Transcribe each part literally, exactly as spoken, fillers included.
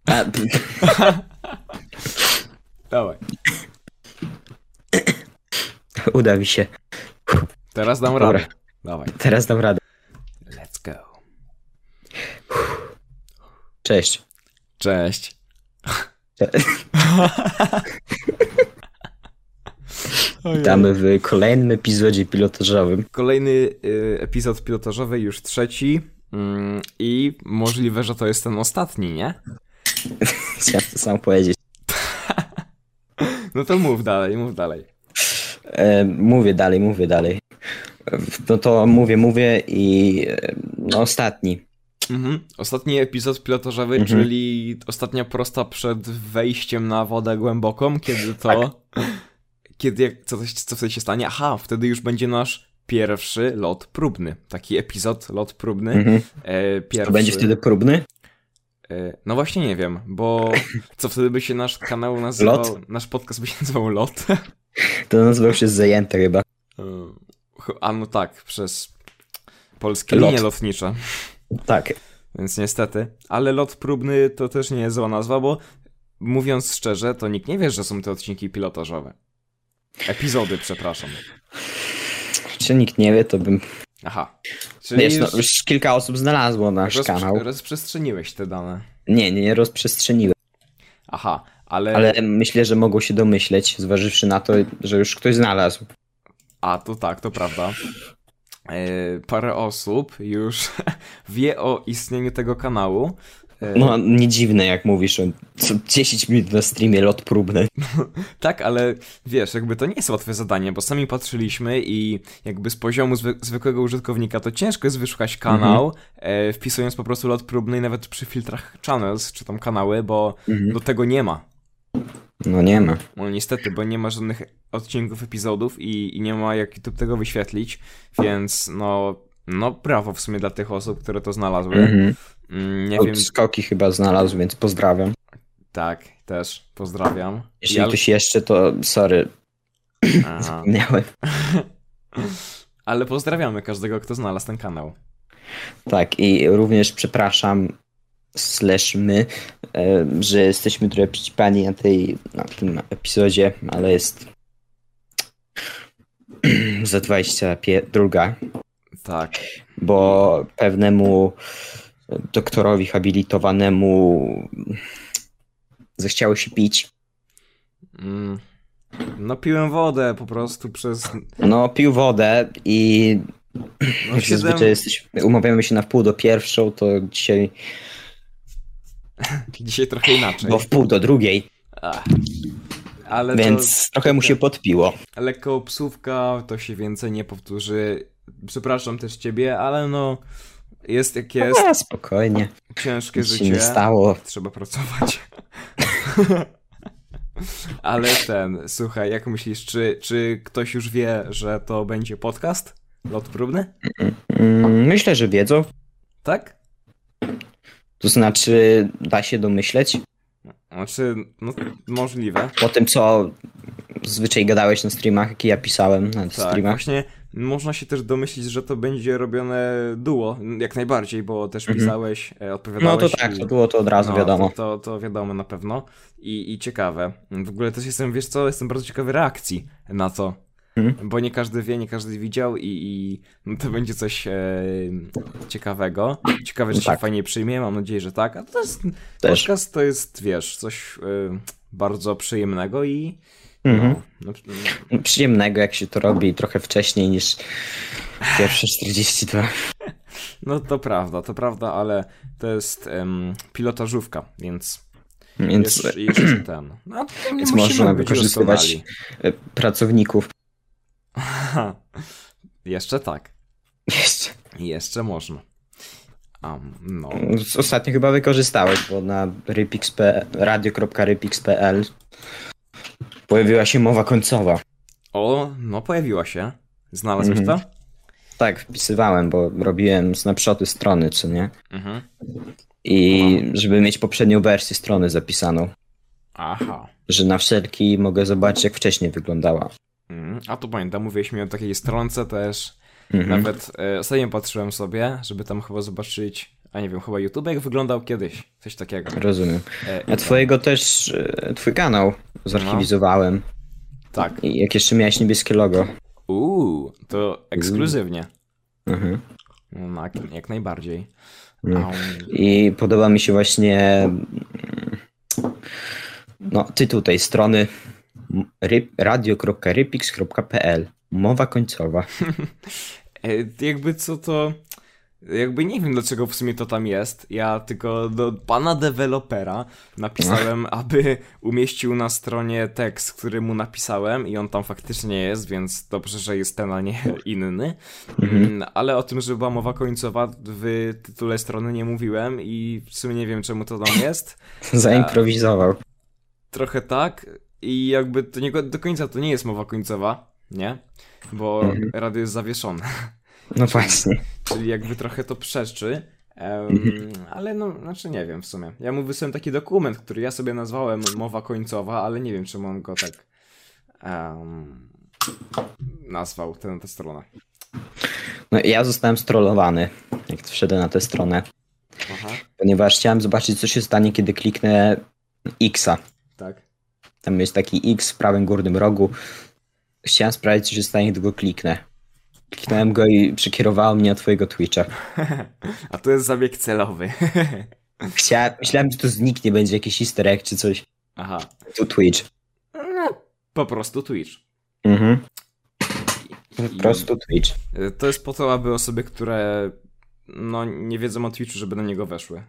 A, Dawaj. uda mi się. Teraz dam Dobra. radę. Dawaj. Teraz dam radę. Let's go. Cześć. Cześć. Cze- Witamy w kolejnym epizodzie pilotażowym. Kolejny y, epizod pilotażowy, już trzeci. Mm, I możliwe, że to jest ten ostatni, nie? Chciałem to sam powiedzieć. No to mów dalej, mów dalej. E, mówię dalej, mówię dalej. No to mówię, mówię i e, no ostatni. Mhm. Ostatni epizod pilotażowy, Mhm. czyli ostatnia prosta przed wejściem na wodę głęboką, kiedy to... Kiedy, jak, co, co wtedy się stanie? Aha, wtedy już będzie nasz pierwszy lot próbny. Taki epizod, lot próbny. Mhm. E, pierwszy. To będzie wtedy próbny? E, no właśnie nie wiem, bo co wtedy by się nasz kanał nazywał... Lot? Nasz podcast by się nazywał Lot. To nazywał się Zajęte chyba. E, A no tak, przez polskie Lot. linie lotnicze. Tak. Więc niestety. Ale lot próbny to też nie jest zła nazwa, bo mówiąc szczerze, to nikt nie wie, że są te odcinki pilotażowe. Epizody, przepraszam. Czy nikt nie wie, to bym... Aha. Czyli Wiesz, już no, już kilka osób znalazło nasz rozprze- kanał. rozprzestrzeniłeś te dane. Nie, nie, nie rozprzestrzeniłem. Aha, ale... Ale myślę, że mogą się domyśleć, zważywszy na to, że już ktoś znalazł. A, to tak, to prawda. E, parę osób już wie o istnieniu tego kanału. E, No, nie dziwne, jak mówisz, o co dziesięć minut na streamie lot próbny. Tak, ale wiesz, jakby to nie jest łatwe zadanie, bo sami patrzyliśmy i jakby z poziomu zwy- zwykłego użytkownika to ciężko jest wyszukać kanał, e, wpisując po prostu lot próbny i nawet przy filtrach channels, czy tam kanały, bo Mhm. do tego nie ma. No nie ma. No niestety, bo nie ma żadnych odcinków, epizodów i, i nie ma jak YouTube tego wyświetlić, więc no, no brawo w sumie dla tych osób, które to znalazły. Mhm. Mm, nie Od wiem, Skoki chyba znalazł, więc pozdrawiam. tak, też pozdrawiam. Jeśli Ja- ktoś jeszcze, to sorry, Aha. zapomniałem. Ale pozdrawiamy każdego, kto znalazł ten kanał. Tak, i również przepraszam, slash my, e, że jesteśmy trochę przyćpani na, tej, na tym epizodzie, ale jest za dwadzieścia druga, Tak. bo pewnemu doktorowi habilitowanemu zechciało się pić. Mm. No piłem wodę po prostu przez... No, pił wodę i No, jak siedem... zazwyczaj jesteśmy, umawiamy się na wpół do pierwszą, to dzisiaj Dzisiaj trochę inaczej. bo w pół do drugiej, Ach. Ale więc to... trochę mu się podpiło. Lekka obsówka, to się więcej nie powtórzy. Przepraszam też ciebie, ale no... Jest jak jest. A, spokojnie, Ciężkie nic się życie. nie stało. Trzeba pracować. Ale ten, słuchaj, jak myślisz, czy, czy ktoś już wie, że to będzie podcast? Lot próbny? Mm, Myślę, że wiedzą. Tak? To znaczy, da się domyśleć. Znaczy, no możliwe. Po tym, co zwyczaj gadałeś na streamach, jakie ja pisałem na Tak, streamach. właśnie można się też domyślić, że to będzie robione duo, jak najbardziej, bo też Mhm. pisałeś, e, No odpowiadałeś. to tak, i... to było to od razu No, wiadomo. To, to, to wiadomo na pewno. I, I ciekawe. W ogóle też jestem, wiesz co, jestem bardzo ciekawy reakcji na to. Mhm. Bo nie każdy wie, nie każdy widział i, i no to będzie coś e, ciekawego. Ciekawe, czy No tak. się fajnie przyjmie, mam nadzieję, że tak. A to jest, Też. podcast to jest, wiesz, coś e, bardzo przyjemnego i Mhm. no, no, Przyjemnego, jak się to robi trochę wcześniej niż pierwsze czterdzieści dwa. no to prawda, to prawda, ale to jest em, pilotażówka, więc Więc, jeszcze, jeszcze ten. No, to nie więc musimy można być wykorzystywać doskonali. e, pracowników. Jeszcze tak. Jeszcze. Jeszcze można. Um, no. Ostatnio chyba wykorzystałeś, bo na rypix kropka p l radio kropka rypix kropka p l pojawiła się mowa końcowa. O, no pojawiła się. Znalazłeś Mhm. to? Tak, wpisywałem, bo robiłem snapshoty strony, czy nie? Mhm. I żeby mieć poprzednią wersję strony zapisaną. Aha. Że na wszelki mogę zobaczyć, jak wcześniej wyglądała. Mhm. A to pamiętam, mówiłeś mi o takiej stronce też. Mhm. Nawet e, ostatnio patrzyłem sobie, żeby tam chyba zobaczyć a nie wiem, chyba YouTubek wyglądał kiedyś, coś takiego. Rozumiem. E, A twojego też, e, twój kanał zarchiwizowałem. Tak. I jak jeszcze miałeś niebieskie logo. Uuu, to ekskluzywnie. Mhm. No, jak, jak najbardziej. No. Um, I podoba mi się właśnie no, tytuł tej strony radio kropka rypix kropka p l. Mowa końcowa. e, jakby co to... Jakby nie wiem, dlaczego w sumie to tam jest. Ja tylko do pana dewelopera napisałem, no. aby umieścił na stronie tekst, który mu napisałem i on tam faktycznie jest, więc dobrze, że jest ten, a nie inny. Mhm. Ale o tym, że była mowa końcowa w tytule strony nie mówiłem i w sumie nie wiem, czemu to tam jest. Zaimprowizował. Trochę tak i jakby to nie do końca to nie jest mowa końcowa, nie? Bo mhm. radio jest zawieszone. No właśnie. Czyli jakby trochę to przeczy, um, mhm. ale no, znaczy nie wiem w sumie. Ja mu wysłałem taki dokument, który ja sobie nazwałem mowa końcowa, ale nie wiem, czemu on go tak um, nazwał, tę, tę stronę. No ja zostałem strollowany, jak wszedłem na tę stronę. Aha. Ponieważ chciałem zobaczyć, co się stanie, kiedy kliknę X-a. Tak. Tam jest taki X w prawym górnym rogu. Chciałem sprawdzić, co się stanie, gdy go kliknę. Kliknąłem go i przekierowało mnie na twojego Twitcha. A to jest zabieg celowy. Chciałem, myślałem, że to zniknie, będzie jakiś easter egg czy coś. Aha. Tu Twitch. No, po prostu Twitch. Mhm. Po I prostu Twitch. To jest po to, aby osoby, które no nie wiedzą o Twitchu, żeby na niego weszły.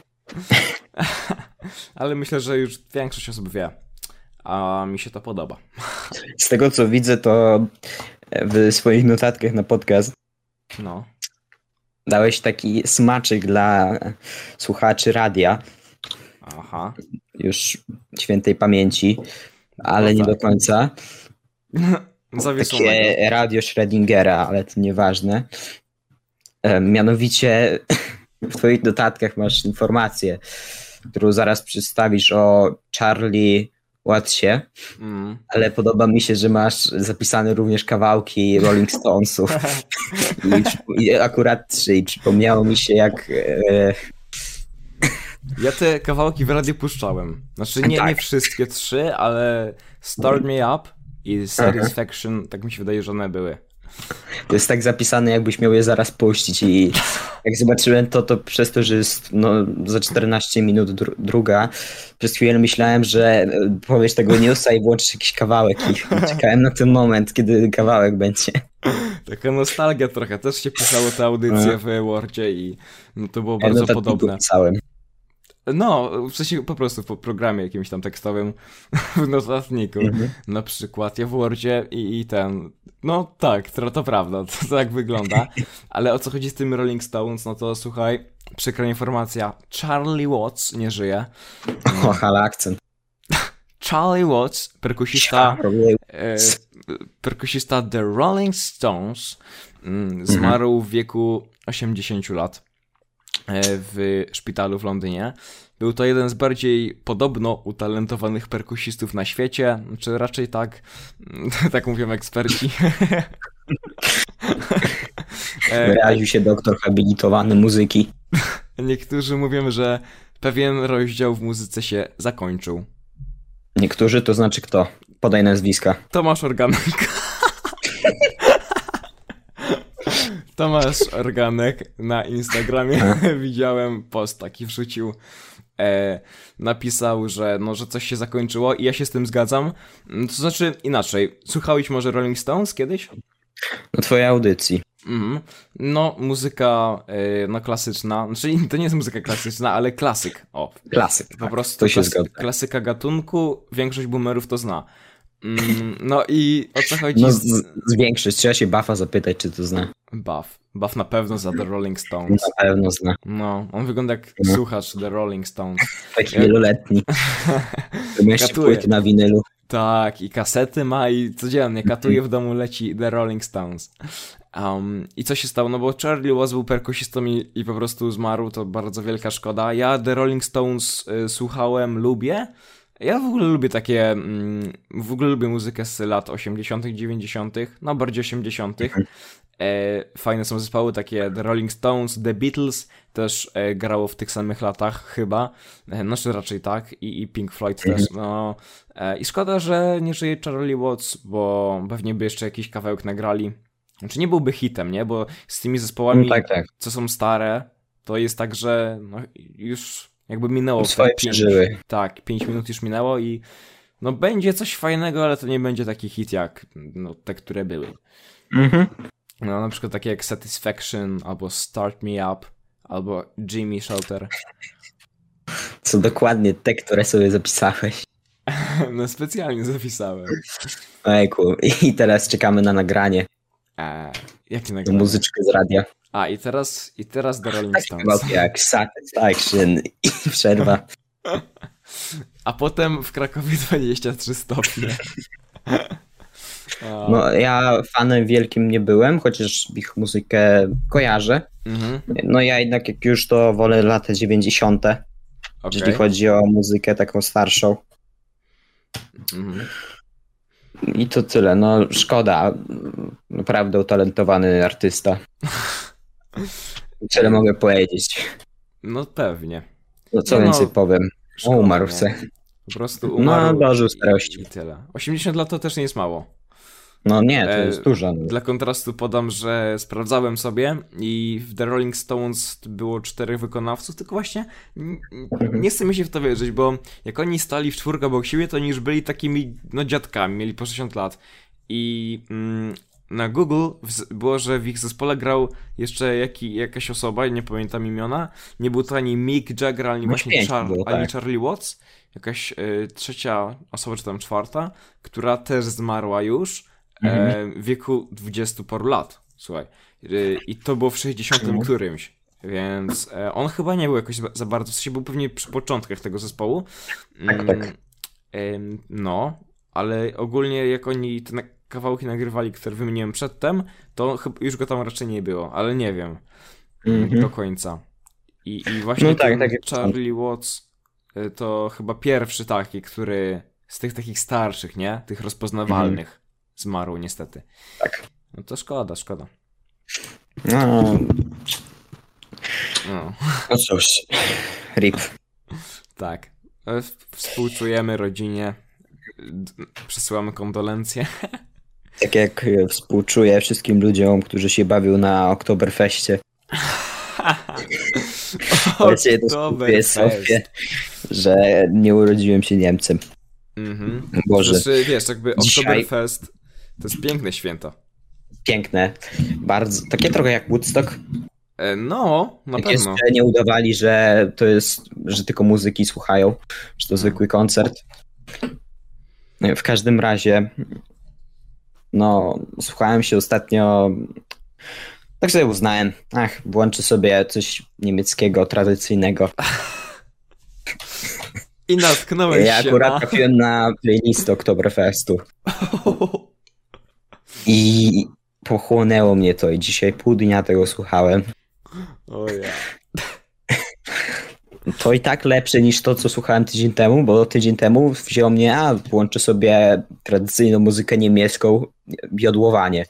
Ale myślę, że już większość osób wie. A mi się to podoba. Z tego co widzę, to w swoich notatkach na podcast no. dałeś taki smaczek dla słuchaczy radia. Aha. Już świętej pamięci, ale no nie tak. do końca. Takie radio Schrödingera, ale to nieważne. E, mianowicie w twoich notatkach masz informację, którą zaraz przedstawisz o Charlie Watsie, mm. ale podoba mi się, że masz zapisane również kawałki Rolling Stonesów. I, I akurat trzy. I przypomniało mi się, jak... E... Ja te kawałki w radiu puszczałem. Znaczy nie, tak. nie wszystkie trzy, ale Start Me Up i Satisfaction, Aha. tak mi się wydaje, że one były. To jest tak zapisane, jakbyś miał je zaraz puścić i jak zobaczyłem to, to przez to, że jest no, za czternaście minut dru- druga, przez chwilę myślałem, że powiesz tego newsa i włączysz jakiś kawałek i czekałem na ten moment, kiedy kawałek będzie. Taka nostalgia trochę, też się pisało te audycje w Wordzie i no, to było bardzo ja podobne. Pisałem. No, w sensie po prostu w programie jakimś tam tekstowym w notatniku mm-hmm. na przykład, ja w Wordzie i, i ten, no tak, to, to prawda, to, to tak wygląda, ale o co chodzi z tym Rolling Stones, no to słuchaj, przykra informacja, Charlie Watts nie żyje. O, ale akcent. Charlie Watts, perkusista, e, perkusista The Rolling Stones, mm, zmarł mm-hmm. w wieku osiemdziesięciu lat. W szpitalu w Londynie. Był to jeden z bardziej podobno utalentowanych perkusistów na świecie, czy raczej tak, tak mówią eksperci. Wyraził się doktor habilitowany muzyki. Niektórzy mówią, że pewien rozdział w muzyce się zakończył. Niektórzy to znaczy kto? Podaj nazwiska. Tomasz Organek. Tomasz Organek na Instagramie widziałem post taki wrzucił, e, napisał, że no, że coś się zakończyło i ja się z tym zgadzam. To znaczy inaczej, słuchałeś może Rolling Stones kiedyś? Na twojej audycji. Mm, no, muzyka e, no klasyczna, znaczy to nie jest muzyka klasyczna, ale klasyk. O, klasyk. Po tak, prostu to się klasy- zgadza. Klasyka gatunku, większość boomerów to zna. Mm, no i o co chodzi? No, z, z większość. Trzeba się Buffa zapytać, czy to zna. Buff. Buff na pewno za The Rolling Stones. Na pewno zna. No, on wygląda jak no. słuchacz The Rolling Stones. Taki ja... wieloletni. Mieści płyty na winylu. Tak, i kasety ma i codziennie katuje w domu, leci The Rolling Stones. Um, I co się stało? No bo Charlie Watts był perkusistą i, i po prostu zmarł, to bardzo wielka szkoda. Ja The Rolling Stones y, słuchałem, lubię. Ja w ogóle lubię takie, w ogóle lubię muzykę z lat osiemdziesiątych, dziewięćdziesiątych, no bardziej osiemdziesiątych. E, fajne są zespoły takie The Rolling Stones, The Beatles też e, grało w tych samych latach chyba, e, no czy raczej tak, i, i Pink Floyd Mhm. też, no. E, I szkoda, że nie żyje Charlie Watts, bo pewnie by jeszcze jakiś kawałek nagrali. Znaczy nie byłby hitem, nie? Bo z tymi zespołami, No tak, tak. co są stare, to jest tak, że no, już jakby minęło Swoje te pięć, przeżyły. tak, pięć minut już minęło i no będzie coś fajnego, ale to nie będzie taki hit jak no, te, które były. Mhm. No na przykład takie jak Satisfaction, albo Start Me Up, albo Jimmy Shelter. Co dokładnie te, które sobie zapisałeś. No specjalnie zapisałem. Ojku. I teraz czekamy na nagranie. Eee, jakie Do nagranie? muzyczkę z radia. A i teraz, i teraz The Rolling Takie Stones. kawałki jak Satisfaction i przerwa. A potem w Krakowie dwadzieścia trzy stopnie. A, No ja fanem wielkim nie byłem, chociaż ich muzykę kojarzę. mhm, No ja jednak jak już to wolę lata dziewięćdziesiąte, okej. jeśli chodzi o muzykę taką starszą. Mhm. I to tyle, no szkoda. Naprawdę utalentowany artysta. Tyle mogę powiedzieć. No pewnie. No co No, więcej powiem. Szkoda, Umarł nie? se. Po prostu No, umarł dożył i- starości. i tyle. osiemdziesiąt lat to też nie jest mało. No nie, to E, jest dużo. Dla kontrastu podam, że sprawdzałem sobie i w The Rolling Stones było czterech wykonawców, tylko właśnie n- n- nie chce mi się w to wierzyć, bo jak oni stali w czwórkę obok siebie, to oni już byli takimi, no dziadkami, mieli po sześćdziesiąt lat. I mm, na Google w- było, że w ich zespole grał jeszcze jaki, jakaś osoba, nie pamiętam imiona, nie był to ani Mick Jagger, ani No właśnie pięć Char- było, ani tak. Charlie Watts, jakaś y, trzecia osoba, czy tam czwarta, która też zmarła już, Mhm. e, w wieku dwudziestu paru lat, słuchaj. Y, I to było w sześćdziesiątym Mhm. którymś, więc e, on chyba nie był jakoś za, za bardzo, w sensie był pewnie przy początkach tego zespołu. Tak, tak. Mm, em, no, ale ogólnie jak oni te na- kawałki nagrywali, które wymieniłem przedtem, to chyba już go tam raczej nie było, ale nie wiem Mhm. do końca. I, i właśnie No tak, ten tak jest. Charlie Watts y, to chyba pierwszy taki, który z tych takich starszych, nie? Tych rozpoznawalnych zmarł niestety. Tak. No to szkoda, szkoda. No, No, no cóż. Rip. tak. E, w- Współczujemy rodzinie, d- przesyłamy kondolencje. Tak jak e, współczuję wszystkim ludziom, którzy się bawią na Oktoberfeście. Właśnie to skupię sobie, że nie urodziłem się Niemcem. Mhm. Boże, Znaczy, wiesz, jakby Dzisiaj- Oktoberfest to jest piękne święto. piękne. Bardzo, takie trochę jak Woodstock. E, No, na Jak pewno. jeszcze nie udawali, że to jest, że tylko muzyki słuchają, że to zwykły koncert. W każdym razie, no, słuchałem się ostatnio, tak sobie uznałem, ach, włączę sobie coś niemieckiego, tradycyjnego. I natknąłeś Ja się akurat na... trafiłem na playlist Oktoberfestu i pochłonęło mnie to i dzisiaj pół dnia tego słuchałem. O ja. To i tak lepsze niż to, co słuchałem tydzień temu, bo tydzień temu wziął mnie, a włączę sobie tradycyjną muzykę niemiecką, jodłowanie.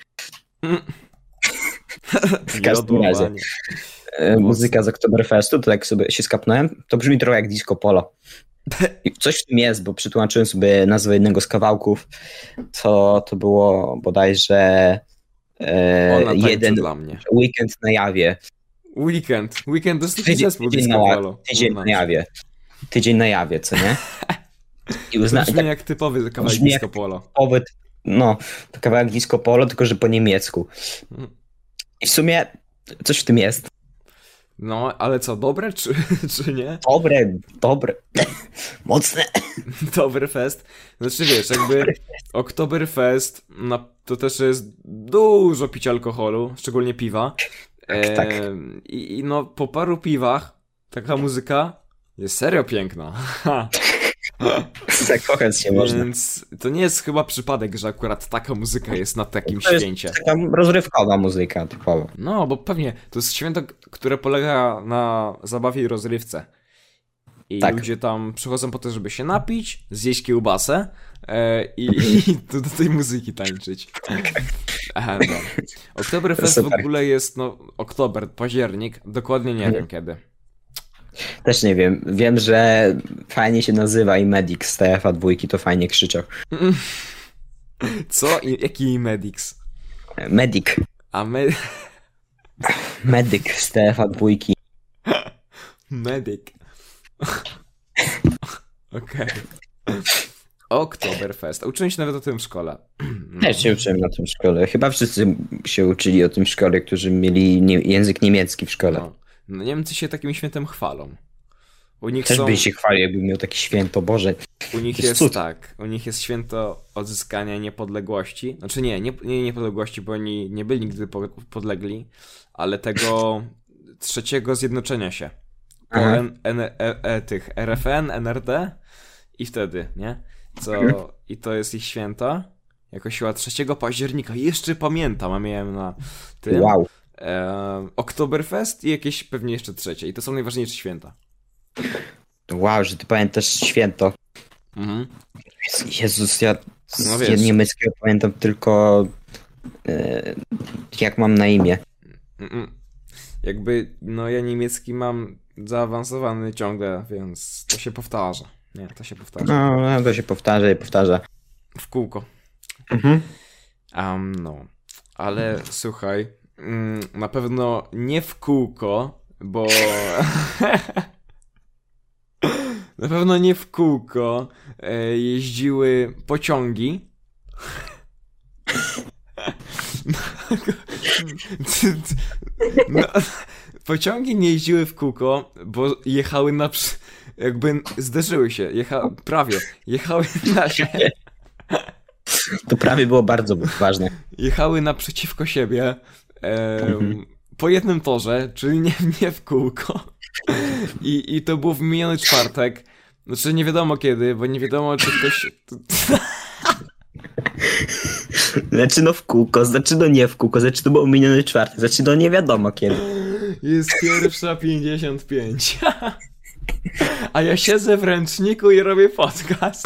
W każdym razie. Jodłowanie. E, Muzyka z Oktoberfestu, to tak sobie się skapnąłem, to brzmi trochę jak disco polo. I coś w tym jest, bo przytłumaczyłem sobie nazwę jednego z kawałków, to, to było bodajże e, Ona tańczy jeden dla mnie. weekend na jawie. Weekend. Weekend to jest taki Tydzień, zespół tydzień, disco na, polo. tydzień na jawie. Tydzień na jawie, co nie? I To uzna, brzmi tak, jak typowy kawałek brzmi disco jak- polo. pobyt, no, to kawałek disco polo, tylko że po niemiecku. I w sumie coś w tym jest. No, ale co, dobre czy, czy nie? Dobre, dobre, mocne. Dobry fest. Znaczy wiesz, jakby Oktoberfest, no, to też jest dużo picia alkoholu, szczególnie piwa. Tak, tak. Em, I, I no, po paru piwach taka muzyka jest serio piękna. Zakochać się można. Więc to nie jest chyba przypadek, że akurat taka muzyka jest na takim To jest święcie. taka rozrywkowa muzyka typowo. No, bo pewnie to jest święto, k- które polega na zabawie i rozrywce. I Tak. ludzie tam przychodzą po to, żeby się napić, zjeść kiełbasę e, i, i do, do tej muzyki tańczyć. Aha, no. Oktoberfest w Super. ogóle jest, no, oktober, październik, dokładnie nie wiem kiedy. Też nie wiem. Wiem, że fajnie się nazywa i Medic z T F A dwa to fajnie krzyczał. Co? I, jaki Medix? Medic. A me... Medic z T F A dwa. Medic. Okej. Oktoberfest. Uczyłem się nawet o tym w szkole. Też się uczyłem na tym w szkole. Chyba wszyscy się uczyli o tym w szkole, którzy mieli nie, język niemiecki w szkole. No. No, Niemcy się takim świętem chwalą. U nich Też są... by się chwalił, jakby miał takie święto, Boże. U nich To jest jest cud. tak, u nich jest święto odzyskania niepodległości. Znaczy nie, nie, nie niepodległości, bo oni nie byli nigdy po- podlegli, ale tego trzeciego zjednoczenia się. Po Aha. N, N, e, e, tych R F N, N R D i wtedy, nie? Co, i to jest ich święto. Jakoś chyba trzeciego października. Jeszcze pamiętam, a miałem na tym. Wow. E, Oktoberfest i jakieś pewnie jeszcze trzecie. I to są najważniejsze święta. Wow, że ty pamiętasz święto. Mhm. Jezus, ja z No wiesz. niemieckiego pamiętam tylko e, jak mam na imię. Mm-mm. Jakby, no ja niemiecki mam zaawansowany ciągle, więc to się powtarza. Nie, to się powtarza. No, no, to się powtarza i powtarza. W kółko. Mhm. Um, no. Ale słuchaj, mm, na pewno nie w kółko, bo... na pewno nie w kółko e, jeździły pociągi. No, pociągi nie jeździły w kółko, bo jechały na... przy- jakby zderzyły się, jecha... prawie, jechały na siebie, To prawie było bardzo ważne. jechały naprzeciwko siebie em, Mhm. po jednym torze, czyli nie, nie w kółko. I, I to było w miniony czwartek. Znaczy nie wiadomo kiedy, bo nie wiadomo czy ktoś... Znaczy no w kółko, znaczy no nie w kółko, znaczy to było miniony czwartek, znaczy no nie wiadomo kiedy. Jest pierwsza pięćdziesiąt pięć. A ja siedzę w ręczniku i robię podcast.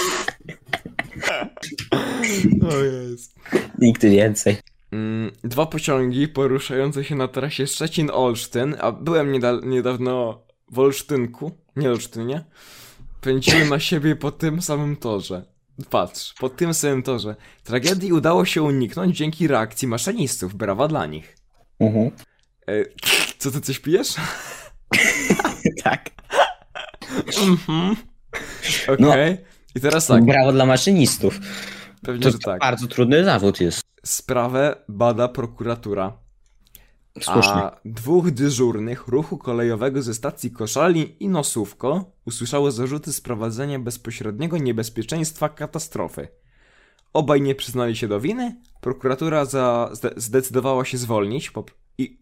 O jest. Nigdy więcej. Mm, Dwa pociągi poruszające się na trasie Szczecin-Olsztyn, a byłem nieda- niedawno w Olsztynku, nie Olsztynie, pędziły na siebie po tym samym torze. Patrz, po tym samym torze. Tragedii udało się uniknąć dzięki reakcji maszynistów. Brawa dla nich. Mhm. E, co, ty coś pijesz? Tak. Mhm. Okej. I teraz tak, Brawo dla maszynistów. pewnie, To, że to tak. bardzo trudny zawód jest. Sprawę bada prokuratura. Słusznie. A dwóch dyżurnych ruchu kolejowego ze stacji Koszalin i Nosówko usłyszało zarzuty sprowadzenia bezpośredniego niebezpieczeństwa katastrofy. Obaj nie przyznali się do winy, prokuratura za, zde, zdecydowała się zwolnić po, i...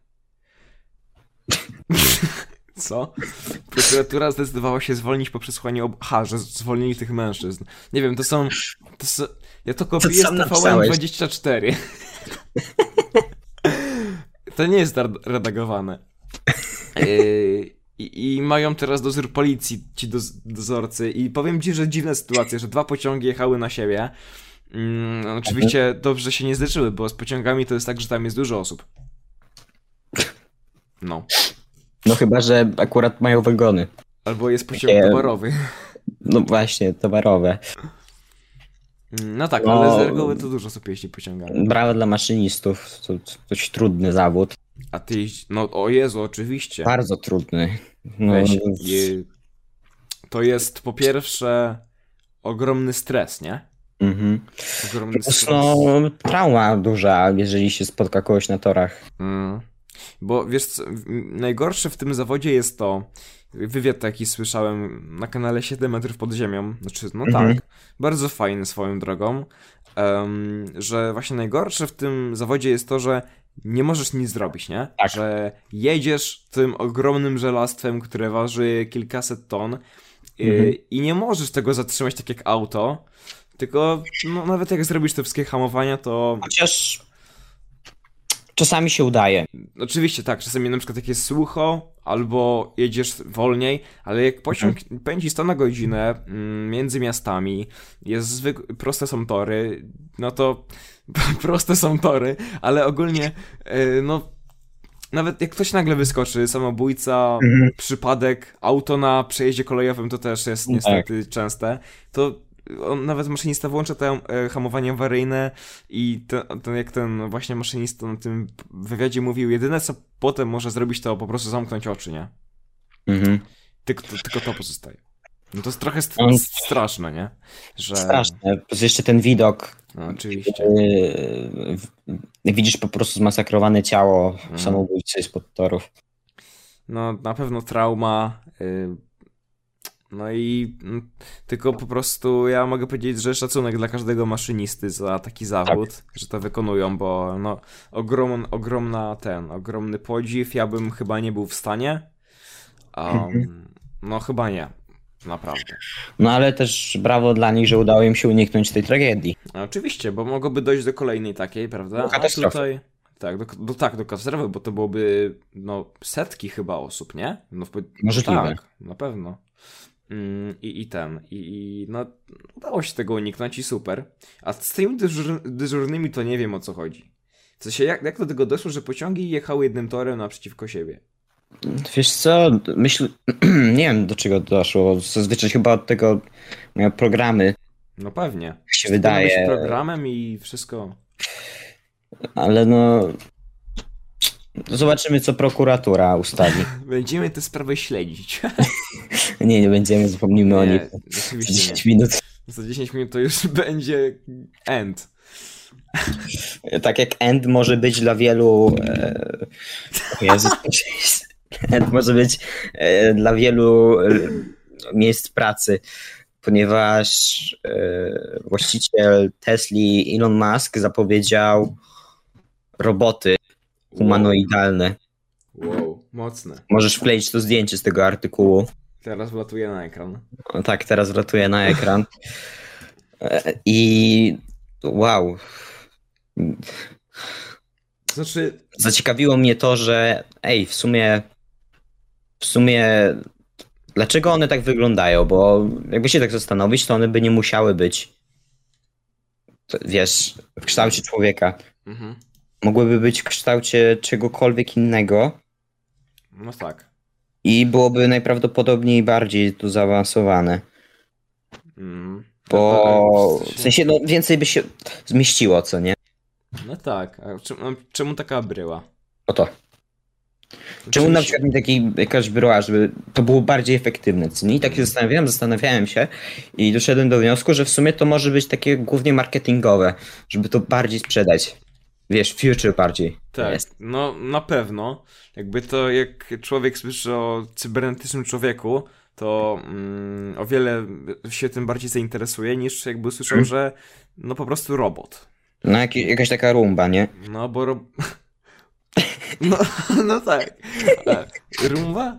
Co? Prokuratura zdecydowała się zwolnić po przesłuchaniu ob... Aha, że zwolnili tych mężczyzn. Nie wiem, to są... To są... Ja to kopiuję sam z T V N napisałeś. dwadzieścia cztery. To nie jest dar- redagowane. Yy, i, I mają teraz dozór policji ci doz- dozorcy i powiem ci, że dziwna sytuacja, że dwa pociągi jechały na siebie. Mm, oczywiście dobrze się nie zderzyły, bo z pociągami to jest tak, że tam jest dużo osób. No. No chyba, że akurat mają wagony. Albo jest pociąg Nie. towarowy. No właśnie, towarowe. Mm, No tak, No. ale z reguły to dużo osób jeździ pociągami. Brawo dla maszynistów. To to dość trudny zawód. A ty jeździ... No o Jezu, oczywiście. Bardzo trudny. No, Weź, z- je... To jest po pierwsze ogromny stres, nie? mhm. Ogromny Plus, stres. no, trauma duża, jeżeli się spotka kogoś na torach. Mm. Bo wiesz co, w- najgorsze w tym zawodzie jest to, wywiad taki słyszałem na kanale siedem metrów pod ziemią, znaczy no Mhm. tak, bardzo fajny swoją drogą, em, że właśnie najgorsze w tym zawodzie jest to, że nie możesz nic zrobić, nie? Tak. Że jedziesz tym ogromnym żelastwem, które waży kilkaset ton y, Mhm. i nie możesz tego zatrzymać tak jak auto, tylko no, nawet jak zrobisz te wszystkie hamowania, to Chociaż czasami się udaje. Oczywiście tak, czasami na przykład jak jest sucho, albo jedziesz wolniej, ale jak pociąg mhm. pędzi sto na godzinę mm, między miastami, jest zwyk- proste są tory, no to proste są tory, ale ogólnie yy, no nawet jak ktoś nagle wyskoczy, samobójca, mhm. przypadek, auto na przejeździe kolejowym, to też jest niestety tak. częste, to on, nawet maszynista włącza to e, hamowanie awaryjne i to, to jak ten właśnie maszynista na tym wywiadzie mówił, jedyne co potem może zrobić, to po prostu zamknąć oczy, nie? Mhm. Tylko, to, tylko to pozostaje. No to jest trochę st- On... straszne, nie? Że... Straszne. Jeszcze ten widok. No, oczywiście. Yy, widzisz po prostu zmasakrowane ciało mhm. samobójcy spod torów. No na pewno trauma. Yy... No i tylko po prostu ja mogę powiedzieć, że szacunek dla każdego maszynisty za taki zawód, tak. że to wykonują, bo no ogrom, ogromna ten, ogromny podziw, ja bym chyba nie był w stanie. Um, no chyba nie, naprawdę. No ale też brawo dla nich, że udało im się uniknąć tej tragedii. No, oczywiście, bo mogłoby dojść do kolejnej takiej, prawda? Do katastrofy. Tutaj, tak, do, do, tak, do katastrofy, bo to byłoby no setki chyba osób, nie? No, Możliwe. Tak, na pewno. I, i ten, i, i no udało się tego uniknąć i super. A z tymi dyżur, dyżurnymi to nie wiem o co chodzi. W sensie, jak, jak do tego doszło, że pociągi jechały jednym torem naprzeciwko siebie? Wiesz co, myślę, nie wiem do czego doszło, zazwyczaj chyba od tego miał programy. No pewnie. Się wydaje. Z programem i wszystko. Ale no... Zobaczymy, co prokuratura ustali. Będziemy tę sprawę śledzić. Nie, nie będziemy, zapomnimy nie, o nich. Oczywiście za dziesięć nie. minut. Za dziesięć minut to już będzie end. Tak jak end może być dla wielu... E... Jezus, end może być e, dla wielu e, miejsc pracy, ponieważ e, właściciel Tesli Elon Musk zapowiedział roboty humanoidalne. Wow, mocne. Możesz wkleić to zdjęcie z tego artykułu. Teraz wlatuje na ekran. O, tak, teraz wlatuje na ekran. I wow. Znaczy... Zaciekawiło mnie to, że ej, w sumie w sumie dlaczego one tak wyglądają? Bo jakby się tak zastanowić, to one by nie musiały być wiesz, w kształcie człowieka. Mhm. Mogłyby być w kształcie czegokolwiek innego. No tak. I byłoby najprawdopodobniej bardziej tu zaawansowane. Mm. Bo w sensie no, więcej by się zmieściło, co nie? No tak. A czemu, czemu taka bryła? Oto. Czemu na przykład nie taki, jakaś bryła, żeby to było bardziej efektywne, co nie? I tak się zastanawiałem, zastanawiałem się i doszedłem do wniosku, że w sumie to może być takie głównie marketingowe, żeby to bardziej sprzedać. Wiesz, future bardziej. Tak, jest. No na pewno. Jakby to, jak człowiek słyszy o cybernetycznym człowieku, to mm, o wiele się tym bardziej zainteresuje, niż jakby usłyszał, hmm. że no po prostu robot. No jak, jakaś taka rumba, nie? No bo ro... no, no tak. A, rumba?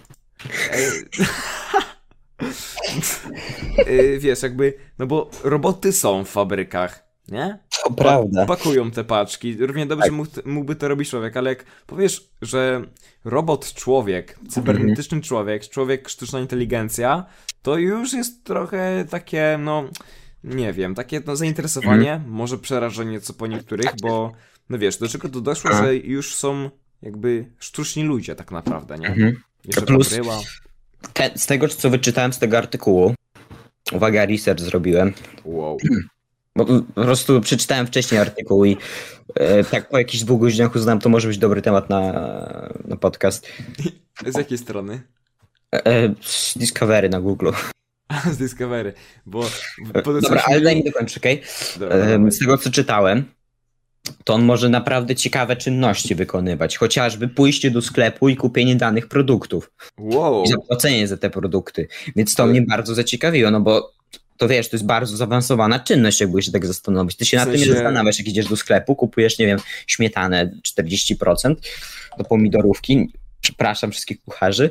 Wiesz, jakby, no bo roboty są w fabrykach. Nie? To prawda. Pakują te paczki. Równie dobrze tak. mógłby to robić człowiek, ale jak powiesz, że robot człowiek, cybernetyczny człowiek, człowiek sztuczna inteligencja, to już jest trochę takie, no, nie wiem, takie no, zainteresowanie, mm. może przerażenie co po niektórych, bo, no wiesz, do czego to doszło, A. że już są jakby sztuczni ludzie tak naprawdę, nie? Mm-hmm. Jeszcze plus te, z tego, co wyczytałem z tego artykułu, uwaga, research zrobiłem. Wow. Bo po prostu przeczytałem wcześniej artykuł i e, tak po jakichś dwóch godzinach uznałem, to może być dobry temat na, na podcast. Z jakiej strony? E, z Discovery na Google. A, z Discovery, bo... Dobra, ale daj mi dokończyć, okej? Okay? Z tego, co czytałem, to on może naprawdę ciekawe czynności wykonywać. Chociażby pójście do sklepu i kupienie danych produktów. Wow. I zapłacenie za te produkty. Więc to ale... mnie bardzo zaciekawiło, no bo to wiesz, to jest bardzo zaawansowana czynność, jakby się tak zastanowić. Ty się w sensie... nad tym nie zastanawiasz, jak idziesz do sklepu, kupujesz, nie wiem, śmietanę czterdzieści procent do pomidorówki. Przepraszam wszystkich kucharzy.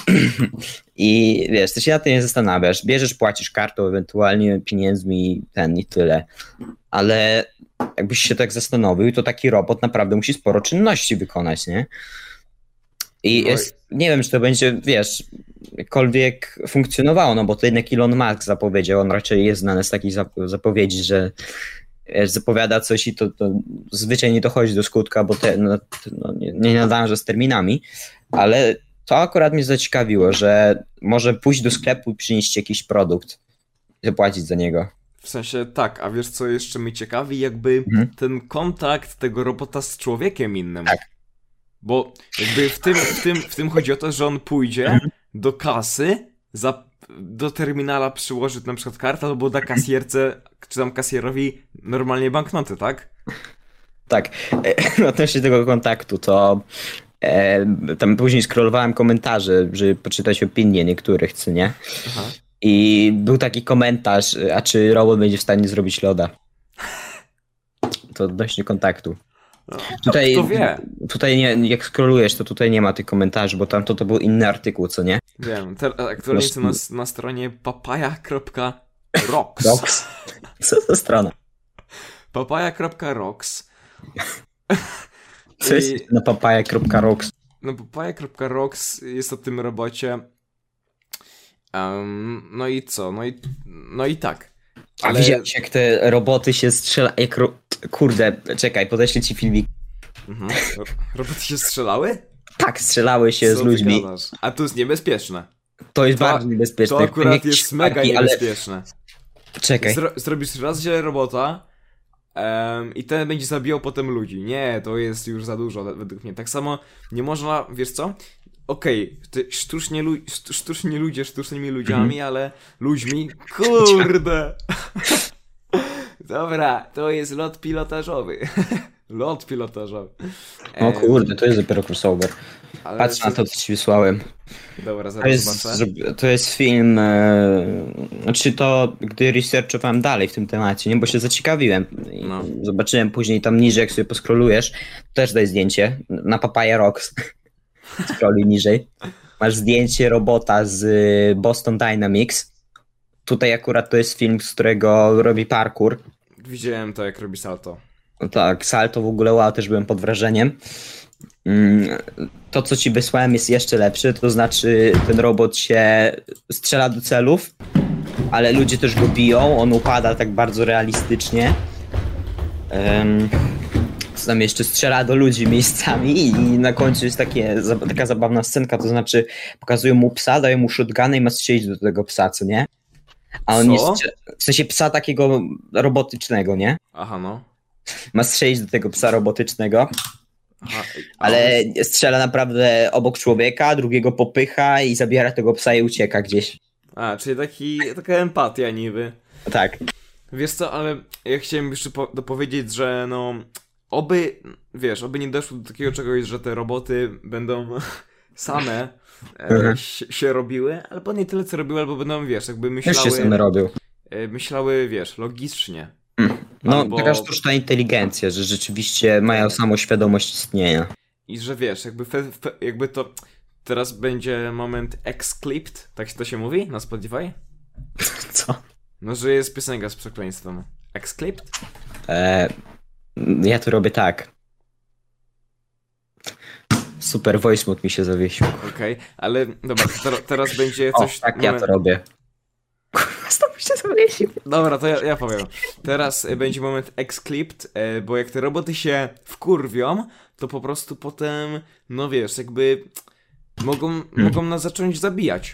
I wiesz, ty się na tym nie zastanawiasz. Bierzesz, płacisz kartą, ewentualnie pieniędzmi, ten i tyle. Ale jakbyś się tak zastanowił, to taki robot naprawdę musi sporo czynności wykonać, nie? I jest, nie wiem, czy to będzie, wiesz, jakkolwiek funkcjonowało, no bo to jednak Elon Musk zapowiedział, on raczej jest znany z takich zapowiedzi, że wiesz, zapowiada coś i to, to zwyczaj nie dochodzi do skutka, bo te, no, no, nie, nie nadąża z terminami, ale to akurat mnie zaciekawiło, że może pójść do sklepu i przynieść jakiś produkt i zapłacić za niego. W sensie tak, a wiesz co jeszcze mnie ciekawi? Jakby mhm. ten kontakt tego robota z człowiekiem innym. Tak. Bo jakby w tym, w tym, w tym chodzi o to, że on pójdzie mhm. do kasy, za, do terminala przyłoży na przykład kartę, albo da kasjerce, czy tam kasjerowi normalnie banknoty, tak? Tak. Odnośnie tego kontaktu, to e, tam później scrollowałem komentarze, żeby poczytać opinie niektórych, co nie? Aha. I był taki komentarz, a czy robot będzie w stanie zrobić loda? To odnośnie kontaktu. No, tutaj, kto wie? Tutaj nie, jak scrollujesz, to tutaj nie ma tych komentarzy, bo tamto to był inny artykuł, co nie? Wiem, aktualnie jest na, na stronie papaya kropka rocks. Rocks? Co za strona? papaya kropka rocks. Co jest I... na papaya kropka rocks? No papaya kropka rocks jest o tym robocie. Um, no i co? No i, no i tak. Ale... A widziałeś, jak te roboty się strzela... Jak ro... Kurde, czekaj, podeślę ci filmik. Mhm. Roboty się strzelały? Tak, strzelały się co z ludźmi. A to jest niebezpieczne. To jest to, bardzo niebezpieczne. To akurat jest mega niebezpieczne. Ale... Czekaj. Zro zrobisz raz źle robota um, i ten będzie zabijał potem ludzi. Nie, to jest już za dużo według mnie. Tak samo nie można, wiesz co? Okej, okay, sztucznie, lu sztucznie ludzie sztucznymi ludziami, mm. ale ludźmi, kurde. Dobra, to jest lot pilotażowy. Lot pilotażowy. O kurde, to jest dopiero crossover. Ale patrz co... na to, co ci wysłałem. Dobra, zaraz to jest, zobaczę. To jest film, e... znaczy to, gdy researchowałem dalej w tym temacie, nie, bo się zaciekawiłem. I no. Zobaczyłem później tam niżej, jak sobie poskrolujesz, też daj zdjęcie na Papaya Rocks. Scrolluj niżej. Masz zdjęcie robota z Boston Dynamics. Tutaj akurat to jest film, z którego robi parkour. Widziałem to, jak robi salto. No tak, salto w ogóle wow, też byłem pod wrażeniem. To, co ci wysłałem, jest jeszcze lepsze, to znaczy ten robot się strzela do celów, ale ludzie też go biją, on upada tak bardzo realistycznie. Um, co tam jeszcze, strzela do ludzi miejscami i na końcu jest takie, taka zabawna scenka, to znaczy pokazują mu psa, dają mu shotguna i ma strzelić do tego psa, co nie? A on co? jest, w sensie psa takiego robotycznego, nie? Aha, no. Ma strzelić do tego psa robotycznego. Aha, ale strzela naprawdę obok człowieka, drugiego popycha i zabiera tego psa i ucieka gdzieś. A, czyli taki, taka empatia niby. Tak. Wiesz co, ale ja chciałem jeszcze po dopowiedzieć, że no oby, wiesz, oby nie doszło do takiego czegoś, że te roboty będą same e, się robiły, albo nie tyle co robiły, albo będą, wiesz, jakby myślały... Już się same robią. E, myślały, wiesz, logicznie. No, albo... taka sztuczna inteligencja, że rzeczywiście mają samoświadomość istnienia. I że wiesz, jakby, fe, fe, jakby to... Teraz będzie moment X-Clipped, tak się to się mówi na Spotify? Co? No, że jest piosenka z przekleństwem. X-Clipped? Eee, ja to robię tak. Super voice mode mi się zawiesił. Okej, okay, ale dobra, ter teraz będzie coś... O, tak, moment... ja to robię. Znowu się zawiesił. Dobra, to ja, ja powiem. Teraz będzie moment X-Clipped, bo jak te roboty się wkurwią, to po prostu potem, no wiesz, jakby mogą, hmm. mogą nas zacząć zabijać.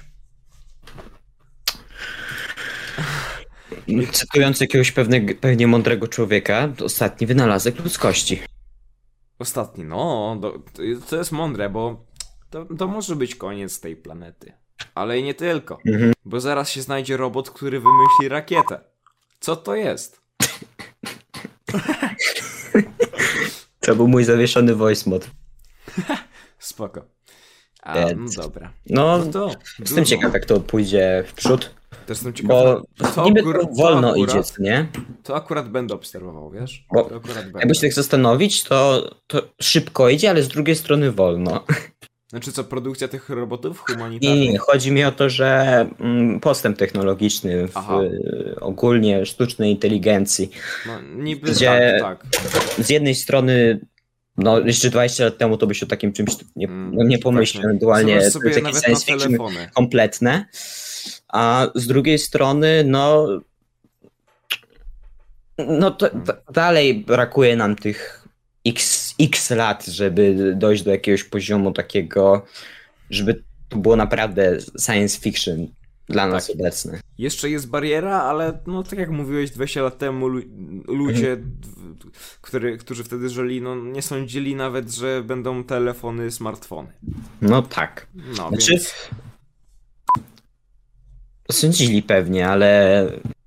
Cytując jakiegoś pewnego, pewnie mądrego człowieka, to ostatni wynalazek ludzkości. Ostatni, no, to, to jest mądre, bo to, to może być koniec tej planety. Ale i nie tylko, mhm. bo zaraz się znajdzie robot, który wymyśli rakietę. Co to jest? To był mój zawieszony voice mod. Spoko. A, no dobra. No, no to jestem ciekaw, jak to pójdzie w przód. Też jestem ciekaw. Bo to niby to wolno to akurat, idzie, nie? To akurat będę obserwował, wiesz? Bo to akurat jakby się tak zastanowić, to, to szybko idzie, ale z drugiej strony wolno. Znaczy co, produkcja tych robotów humanitarnych? Nie, nie, chodzi mi o to, że mm, postęp technologiczny w Aha. y, ogólnie sztucznej inteligencji, No niby gdzie tak, tak. z jednej strony no jeszcze dwadzieścia lat temu to byś o takim czymś nie, Mm, no, nie pomyślał, właśnie. ewentualnie Zobacz to sobie jest jakieś nawet science na fiction telefony. kompletne, a z drugiej strony no no to, to dalej brakuje nam tych x, x lat, żeby dojść do jakiegoś poziomu takiego, żeby to było naprawdę science fiction dla nas Tak. obecne. Jeszcze jest bariera, ale no tak jak mówiłeś dwadzieścia lat temu lu- ludzie, w- który, którzy wtedy żyli, no nie sądzili nawet, że będą telefony, smartfony. No tak. No Znaczy, więc sądzili pewnie, ale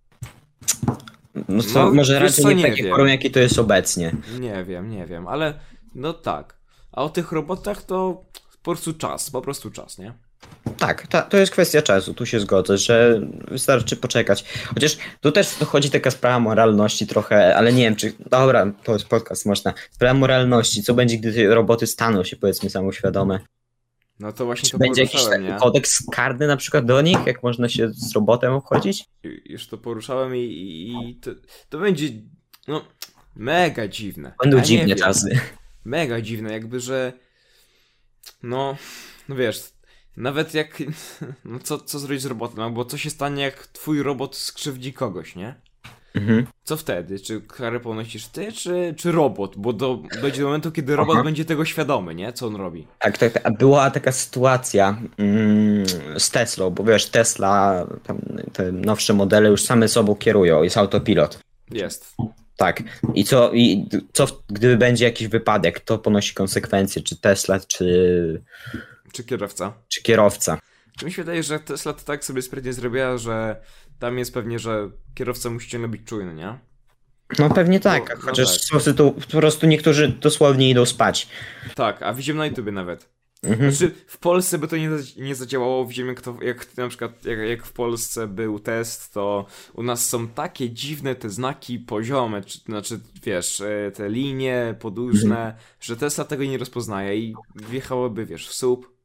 no to No, może wiesz raczej co, nie w nie takiej wiem. formie, jakiej to jest obecnie. nie wiem, nie wiem, ale no tak. A o tych robotach to po prostu czas, po prostu czas, nie? Tak, ta, to jest kwestia czasu, tu się zgodzę, że wystarczy poczekać. Chociaż tu też dochodzi taka sprawa moralności trochę, ale nie wiem czy... Dobra, to jest podcast, można. Sprawa moralności, co będzie, gdy te roboty staną się powiedzmy samoświadome? No to właśnie Czy to będzie jakiś poruszałem, taki nie? kodeks karny na przykład do nich, jak można się z robotem obchodzić? I- Już to poruszałem i, i, i to, to będzie, no, mega dziwne. Będą Ja nie dziwne wiem. czasy. Mega dziwne, jakby, że no, no wiesz, nawet jak, no co, co zrobić z robotem, albo co się stanie, jak twój robot skrzywdzi kogoś, nie? Mhm. Co wtedy? Czy karę ponosisz ty, czy, czy robot? Bo do, dojdzie do momentu, kiedy robot Aha. będzie tego świadomy, nie? Co on robi. Tak, tak, tak. Była taka sytuacja mm, z Teslą, bo wiesz, Tesla, tam, te nowsze modele już same sobą kierują, jest autopilot. Jest. Tak. I co, i co w- gdyby będzie jakiś wypadek, kto ponosi konsekwencje, czy Tesla, czy, Czy kierowca? czy kierowca? Czy mi się wydaje, że Tesla to tak sobie sprytnie zrobiła, że tam jest pewnie, że kierowca musi ciągle być czujny, nie? No pewnie tak, No, no chociaż tak. po prostu, tu, po prostu niektórzy dosłownie idą spać. Tak, a widzimy na YouTubie nawet. Mhm. Znaczy, w Polsce by to nie, za- nie zadziałało, widzimy kto, jak na przykład, jak, jak w Polsce był test, to u nas są takie dziwne te znaki poziome, czy, znaczy, wiesz, e, te linie podłużne, że Tesla tego nie rozpoznaje i wjechałoby, wiesz, w słup,